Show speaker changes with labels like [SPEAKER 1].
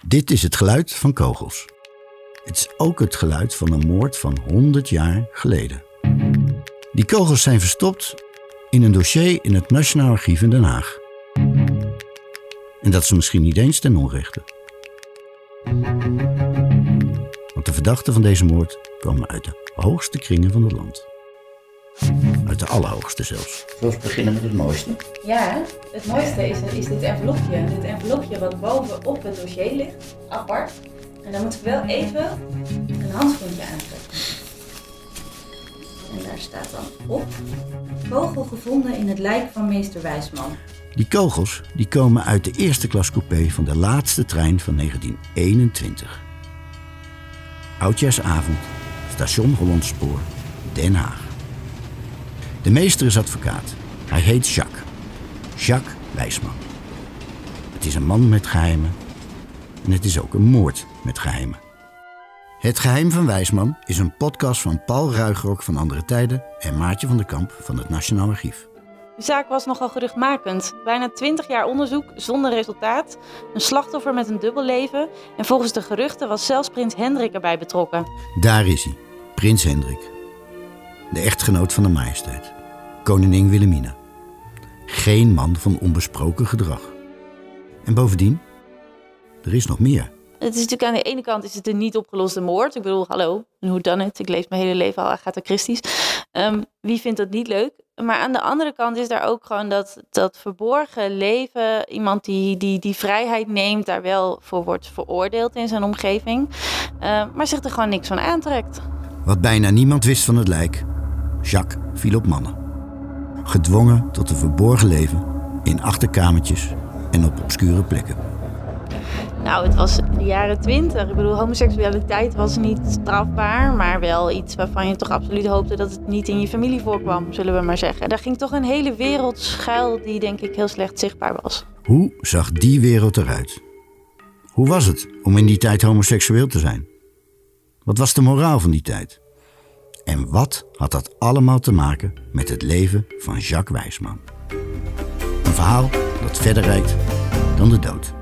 [SPEAKER 1] Dit is het geluid van kogels. Het is ook het geluid van een moord van 100 jaar geleden. Die kogels zijn verstopt in een dossier in het Nationaal Archief in Den Haag. En dat is misschien niet eens ten onrechte. Want de verdachten van deze moord komen uit de hoogste kringen van het land. Uit de allerhoogste zelfs. Zullen we beginnen met het mooiste?
[SPEAKER 2] Ja, het mooiste is dit envelopje. Dit envelopje wat boven op het dossier ligt, apart. En dan moet ik wel even een handschoentje aantrekken. En daar staat dan op: kogel gevonden in het lijk van meester Wijsman.
[SPEAKER 1] Die kogels die komen uit de eerste klas coupé van de laatste trein van 1921. Oudjaarsavond, station Hollandspoor, Den Haag. De meester is advocaat. Hij heet Jacques. Jacques Wijsman. Het is een man met geheimen. En het is ook een moord met geheimen. Het Geheim van Wijsman is een podcast van Paul Ruigrok van Andere Tijden en Maartje van der Kamp van het Nationaal Archief.
[SPEAKER 2] De zaak was nogal geruchtmakend. Bijna 20 jaar onderzoek zonder resultaat. Een slachtoffer met een dubbel leven. En volgens de geruchten was zelfs prins Hendrik erbij betrokken.
[SPEAKER 1] Daar is hij, prins Hendrik. De echtgenoot van de majesteit. Koningin Wilhelmina. Geen man van onbesproken gedrag. En bovendien, er is nog meer.
[SPEAKER 2] Het is natuurlijk aan de ene kant is het een niet opgeloste moord. Ik bedoel, hallo, een whodunit. Ik lees mijn hele leven al Agatha Christie's. Wie vindt dat niet leuk? Maar aan de andere kant is daar ook gewoon dat verborgen leven. Iemand die vrijheid neemt, daar wel voor wordt veroordeeld in zijn omgeving. Maar zich er gewoon niks van aantrekt.
[SPEAKER 1] Wat bijna niemand wist van het lijk. Jacques viel op mannen. Gedwongen tot een verborgen leven in achterkamertjes en op obscure plekken.
[SPEAKER 2] Nou, het was de jaren 20. Ik bedoel, homoseksualiteit was niet strafbaar, maar wel iets waarvan je toch absoluut hoopte dat het niet in je familie voorkwam, zullen we maar zeggen. Daar ging toch een hele wereld schuil die denk ik heel slecht zichtbaar was.
[SPEAKER 1] Hoe zag die wereld eruit? Hoe was het om in die tijd homoseksueel te zijn? Wat was de moraal van die tijd? En wat had dat allemaal te maken met het leven van Jacques Wijsman? Een verhaal dat verder reikt dan de dood.